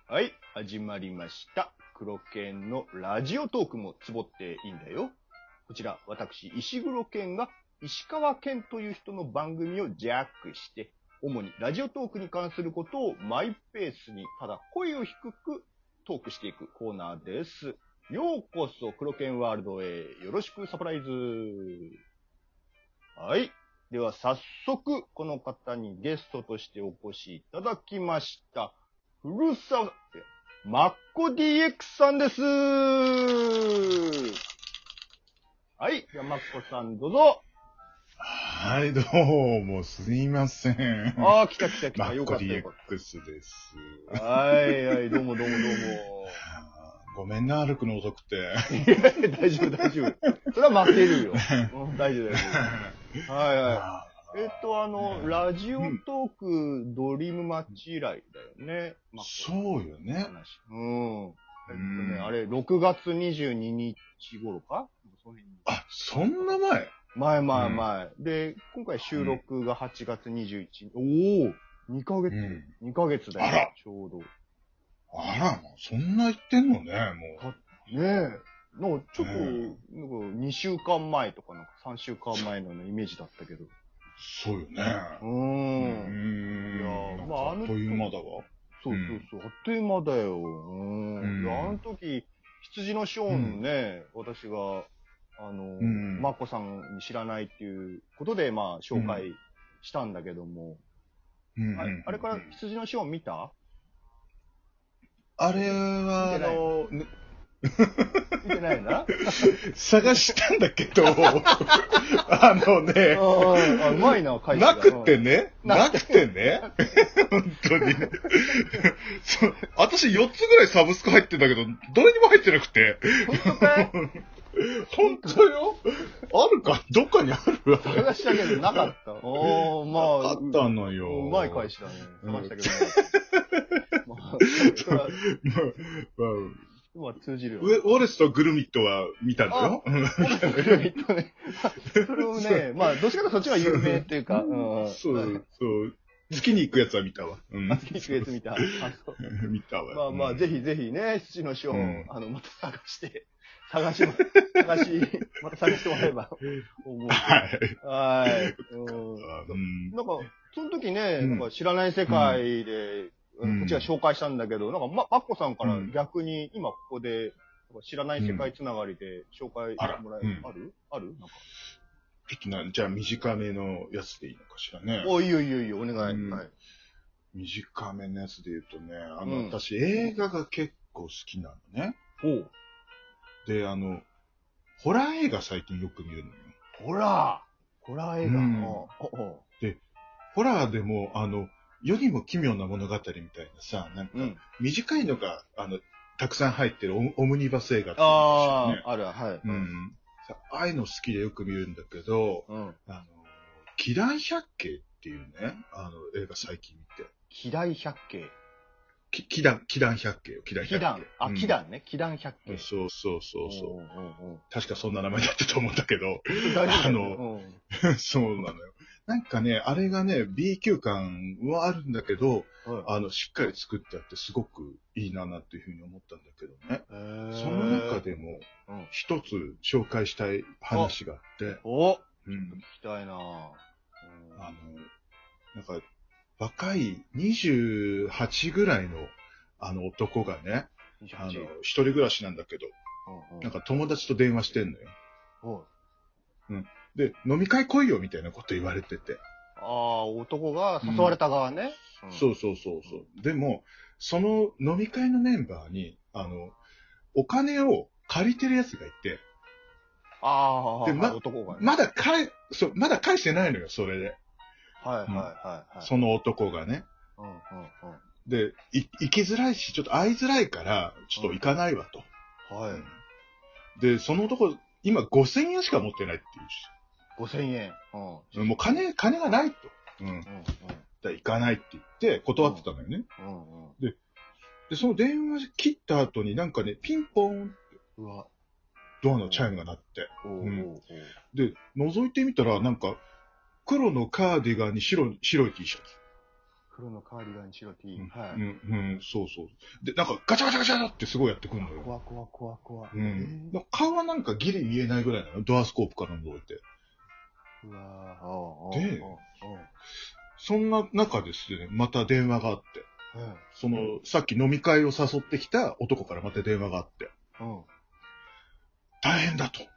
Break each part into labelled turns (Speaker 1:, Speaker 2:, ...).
Speaker 1: はい、始まりました。黒犬のラジオトークもつぼっていいんだよ。こちら、私、石黒犬が石川県という人の番組をジャックして、主にラジオトークに関することをマイペースに、ただ声を低くトークしていくコーナーです。ようこそ黒犬ワールドへよろしくサプライズ。はい。では早速、この方にゲストとしてお越しいただきました。古澤、マッコ DX さんです。はい。じゃあ、マッコさんどうぞ。
Speaker 2: はい、どうも、すいません。
Speaker 1: ああ、来た。よ
Speaker 2: マッコ
Speaker 1: かったよかっ
Speaker 2: DX です。
Speaker 1: た。はい、どうも。
Speaker 2: ごめんな、歩くの遅くて。
Speaker 1: いや大丈夫。それは負けるよ。大丈夫。はい。ラジオトークドリームマッチ以来だよね。
Speaker 2: そうよね。
Speaker 1: あれ、6月22日頃か
Speaker 2: あ、そんな前
Speaker 1: 前。で、今回収録が8月21日。おお !2 ヶ月、2ヶ月だよ。
Speaker 2: あら
Speaker 1: ちょうど。
Speaker 2: あら、そんな言ってんのね、も
Speaker 1: う。ねえ。なんかちょっと、2週間前とか、3週間前のイメージだったけど。
Speaker 2: そうよね。
Speaker 1: いや
Speaker 2: あっという間だわ。
Speaker 1: そう。あっという間だよ。いや、あの時、羊のショーンね、私が、マッコさんに知らないっていうことで、紹介したんだけども。あれから羊のショーン見た？
Speaker 2: あれは、
Speaker 1: 見てないな
Speaker 2: 探したんだけど、う
Speaker 1: まいな、
Speaker 2: なくてね。本当に。私4つぐらいサブスク入ってんだけど、どれにも入ってなくて。
Speaker 1: 本当かい？
Speaker 2: 本当よ。あるかどっかにあるわ。
Speaker 1: 探したけどなかった。
Speaker 2: あったのよ。
Speaker 1: うまい返しだね。探したけど。通じるよ。
Speaker 2: ウォレスとグルミットは見たんだよ。
Speaker 1: グルミットね。それをね、どっちかというとそっちが有名っていうか。
Speaker 2: そう。月に行くやつは見たわ。
Speaker 1: 月に行くやつ見た。
Speaker 2: 見たわ。
Speaker 1: ぜひね、父のショーン、また探してもらえば思う。はい。その時ね、知らない世界で、こっちが紹介したんだけど、マッコさんから逆に、今ここで、知らない世界つながりで紹介してもらえる？ある
Speaker 2: いきなり、じゃあ短めのやつでいいのかしらね。
Speaker 1: いいよ、お願い。
Speaker 2: 短めのやつで言うとね、私映画が結構好きなのね。で、ホラー映画最近よく見るのよ。
Speaker 1: ホラー映画、
Speaker 2: で、ホラーでも、世にも奇妙な物語みたいなさ、短いのが、たくさん入ってるオムニバス映画っていうの
Speaker 1: ある、はい。
Speaker 2: ああいうの好きでよく見るんだけど、奇談百景っていうね、映画最近見て。
Speaker 1: 奇談百景
Speaker 2: 奇談百景よ、
Speaker 1: 奇談百景。
Speaker 2: そう。確かそんな名前だったと思うんだけど、そうなのよ。なんかね、あれがね、B 級感はあるんだけど、しっかり作ってあってすごくいいなっていうふうに思ったんだけどね。その中でも、一つ紹介したい話があって。
Speaker 1: 聞きたいな
Speaker 2: なんか、若い28ぐらいの、男がね、一人暮らしなんだけど、なんか友達と電話してんのよ。で、飲み会来いよみたいなこと言われてて。
Speaker 1: 男が誘われた側ね。
Speaker 2: そう。でも、その飲み会のメンバーに、お金を借りてる奴がいて。
Speaker 1: で、男がね。
Speaker 2: まだ返してないのよ、それで。その男がね。で、行きづらいし、ちょっと会いづらいから、ちょっと行かないわと。で、その男、今5000円しか持ってないっていうし。
Speaker 1: 5000円。
Speaker 2: もう金がないと。だ行かないって言って断ってたのよね。で、その電話切った後になんかね、ピンポーンってドアのチャイムが鳴って。で、覗いてみたらなんか黒のカーディガンに白い T シャツ。
Speaker 1: 黒のカーディガンに白 T。
Speaker 2: はい。そうそう。で、なんかガチャガチャガチャってすごいやってくるのよ。
Speaker 1: 怖。
Speaker 2: 顔はなんかギリ見えないぐらいなの。ドアスコープから覗いて。
Speaker 1: うわ
Speaker 2: で、そんな中ですね、また電話があって。さっき飲み会を誘ってきた男からまた電話があって。大変だと。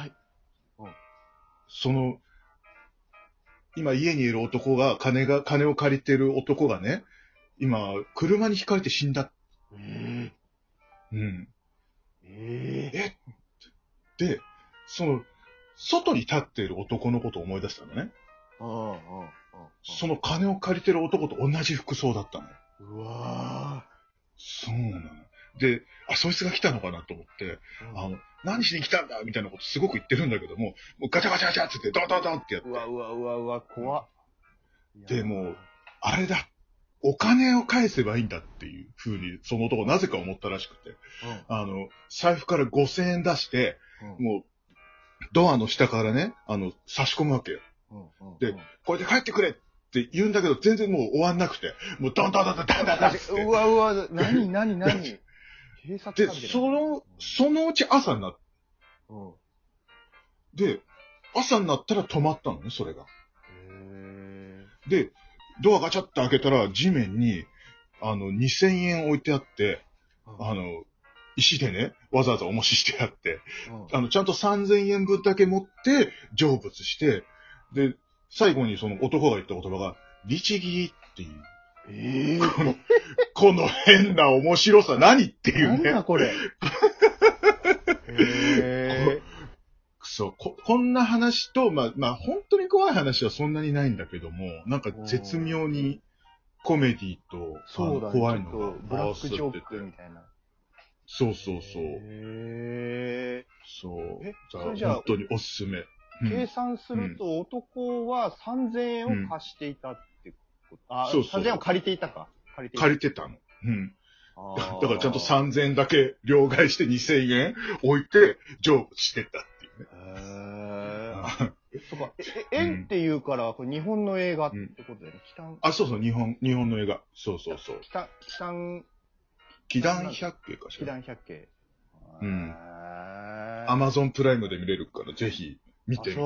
Speaker 2: 今家にいる男が、金を借りてる男がね、今、車にひかれて死んだ。で、外に立っている男のことを思い出したのね。その金を借りてる男と同じ服装だったの。
Speaker 1: うわぁ。
Speaker 2: そうなの。で、そいつが来たのかなと思って、何しに来たんだみたいなことすごく言ってるんだけども、もうガチャガチャガチャって言って、ドンドンドンってやって。
Speaker 1: うわ、怖っ。
Speaker 2: で、もう、あれだ。お金を返せばいいんだっていう風に、その男なぜか思ったらしくて、財布から5000円出して、もう、ドアの下からね、差し込むわけよ。で、これで帰ってくれって言うんだけど、全然もう終わんなくて、もうドンドンドンドンドンドンって。
Speaker 1: うわ、何警察
Speaker 2: で、そのうち朝になって、で、朝になったら止まったのね、それが。で、ドアガチャって開けたら、地面に、2000円置いてあって、石でね、わざわざ重ししてあって、ちゃんと3000円分だけ持って、成仏して、で、最後にその男が言った言葉が、律儀っていう。この変な面白さ何っていうね。
Speaker 1: なんだこれ。
Speaker 2: そう、こんな話と、まあ、本当に怖い話はそんなにないんだけども、なんか絶妙にコメディと、怖いのが
Speaker 1: ブラックジョークみたいな。
Speaker 2: そう。
Speaker 1: そう。
Speaker 2: それじゃあ、本当におすすめ。
Speaker 1: 計算すると、男は3000円を貸していたってこと。3000円を借りていたか。
Speaker 2: 借りてたの。だからちゃんと3000円だけ両替して2000円置いて成仏してたっていうね。
Speaker 1: そうか。円っていうから、これ日本の映画ってことだよね。
Speaker 2: そう、日本の映画。そう。奇談百景かしら。
Speaker 1: 奇談百景。
Speaker 2: アマゾンプライムで見れるから、ぜひ見てみて。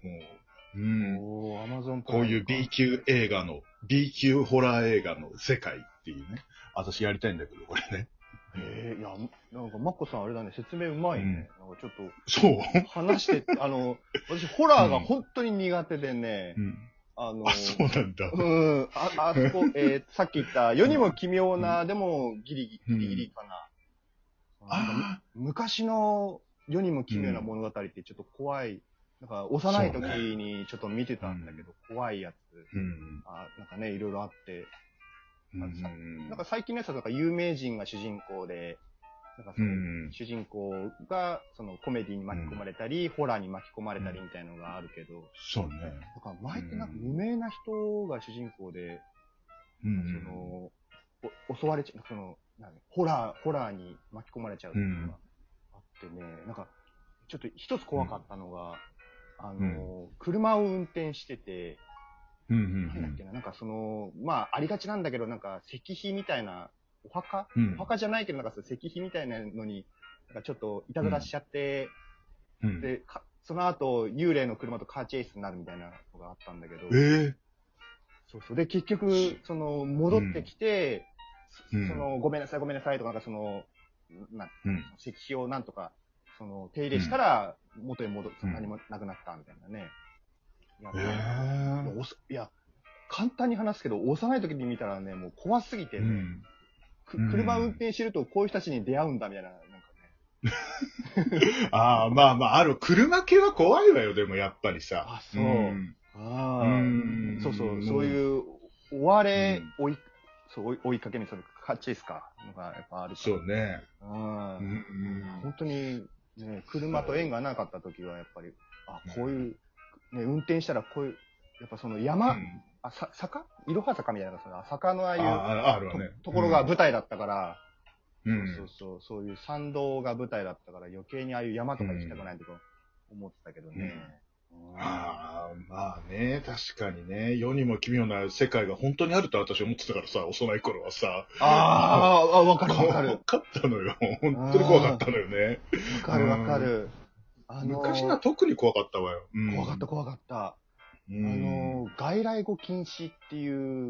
Speaker 1: Amazon
Speaker 2: こういう B 級ホラー映画の世界っていうね。私やりたいんだけど、これね。
Speaker 1: いや、なんか、マッコさんあれだね、説明うまいね。なんかちょっと、
Speaker 2: そう
Speaker 1: 話して、私、ホラーが本当に苦手でね、
Speaker 2: そうなんだ。
Speaker 1: あそこ、さっき言った世にも奇妙な、でもギリギリかな。昔の世にも奇妙な物語ってちょっと怖い、なんか幼い時にちょっと見てたんだけど、怖いやつ。なんかね、いろいろあって、なんか最近のやつはなんか有名人が主人公で、なんかその主人公がそのコメディに巻き込まれたり、ホラーに巻き込まれたりみたいなのがあるけど、
Speaker 2: そうね。
Speaker 1: だから前ってなんか無名な人が主人公で、襲われちゃう、ホラーに巻き込まれちゃうっていうのがあってね、なんかちょっと一つ怖かったのが、車を運転してて、なんだっけな、なんかありがちなんだけど、なんか石碑みたいな、お墓じゃないけど、なんか石碑みたいなのに、なんかちょっといたずらしちゃって、で、その後、幽霊の車とカーチェイスになるみたいなのがあったんだけど、そう。で、結局、戻ってきて、ごめんなさいとか、なんか石碑をなんとか、手入れしたら、元に何もなくなったみたいなね。いや、簡単に話すけど、幼い時に見たらね、もう怖すぎてね、車運転してるとこういう人たちに出会うんだみたいな、なんか
Speaker 2: ね。ある。車系は怖いわよ、でもやっぱりさ。
Speaker 1: そう。そういう、追いかけにカチェイスか、のがやっぱあるから。
Speaker 2: そうね。
Speaker 1: 本当に、ね、車と縁がなかった時は、やっぱり、こういう、ね、運転したらこういう、やっぱ山、坂いろは坂みたいな、坂のああいうところが舞台だったから、そういう山道が舞台だったから余計にああいう山とか行きたくないとか思ってたけどね。
Speaker 2: ああ、まあね、確かにね、世にも奇妙な世界が本当にあると私思ってたからさ、幼い頃はさ。
Speaker 1: わかるわかる。
Speaker 2: 怖かったのよ。本当に怖かったのよね。
Speaker 1: わかるわかる。
Speaker 2: 昔のは特に怖かったわよ。
Speaker 1: 怖かった怖かった。外来語禁止っていう。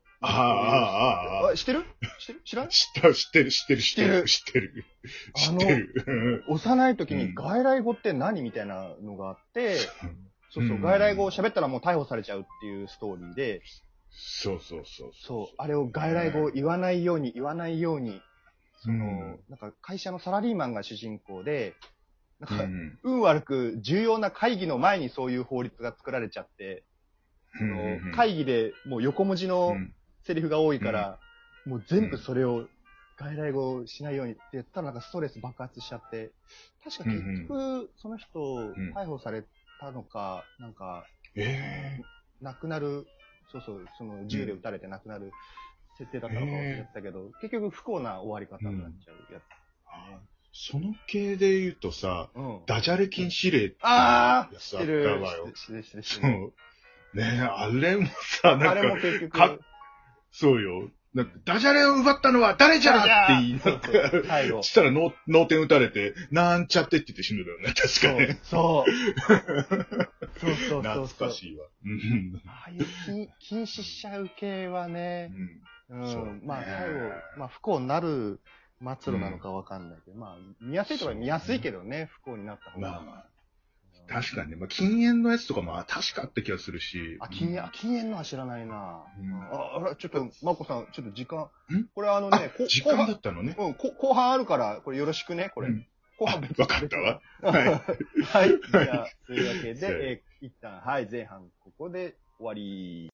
Speaker 1: 知ってる知らん？知
Speaker 2: ってる。
Speaker 1: 幼い時に外来語って何みたいなのがあって、そう、外来語を喋ったらもう逮捕されちゃうっていうストーリーで、そう、あれを外来語を言わないように、なんか会社のサラリーマンが主人公で、なんか、運悪く重要な会議の前にそういう法律が作られちゃって、会議でもう横文字のセリフが多いから、もう全部それを外来語をしないようにって言ったらなんかストレス爆発しちゃって、確か結局その人逮捕されたのか、なんか、亡くなる、その銃で撃たれて亡くなる設定だったのかやったけど、結局不幸な終わり方になっちゃうやつ。
Speaker 2: その系で言うとさ、ダジャレ禁止令ってやつ
Speaker 1: あ
Speaker 2: ったわよ。
Speaker 1: 知ってる。
Speaker 2: そう。ねえ、あれもさ、なんか、
Speaker 1: あれも結局
Speaker 2: そうよ。なんかダジャレを奪ったのは誰じゃって言いながら、したら脳天打たれて、なんちゃってって言って死ぬだよね、確かね。
Speaker 1: そう。
Speaker 2: 懐かしいわ。
Speaker 1: ああいう禁止しちゃう系はね、まあ最後、まあ不幸になる末路なのかわかんないけど、まあ見やすいとか見やすいけどね、不幸になった方が。
Speaker 2: まあ確かにね。まあ、禁煙のやつとかも確かあった気がするし。
Speaker 1: 禁煙のは知らないな。ちょっと、まこさん、ちょっと時間。これ
Speaker 2: 時間だったのね。
Speaker 1: 後半あるから、これよろしくね、これ。後半
Speaker 2: わかったわ。
Speaker 1: はい。はい。じゃあ、というわけで、一旦、前半ここで終わり。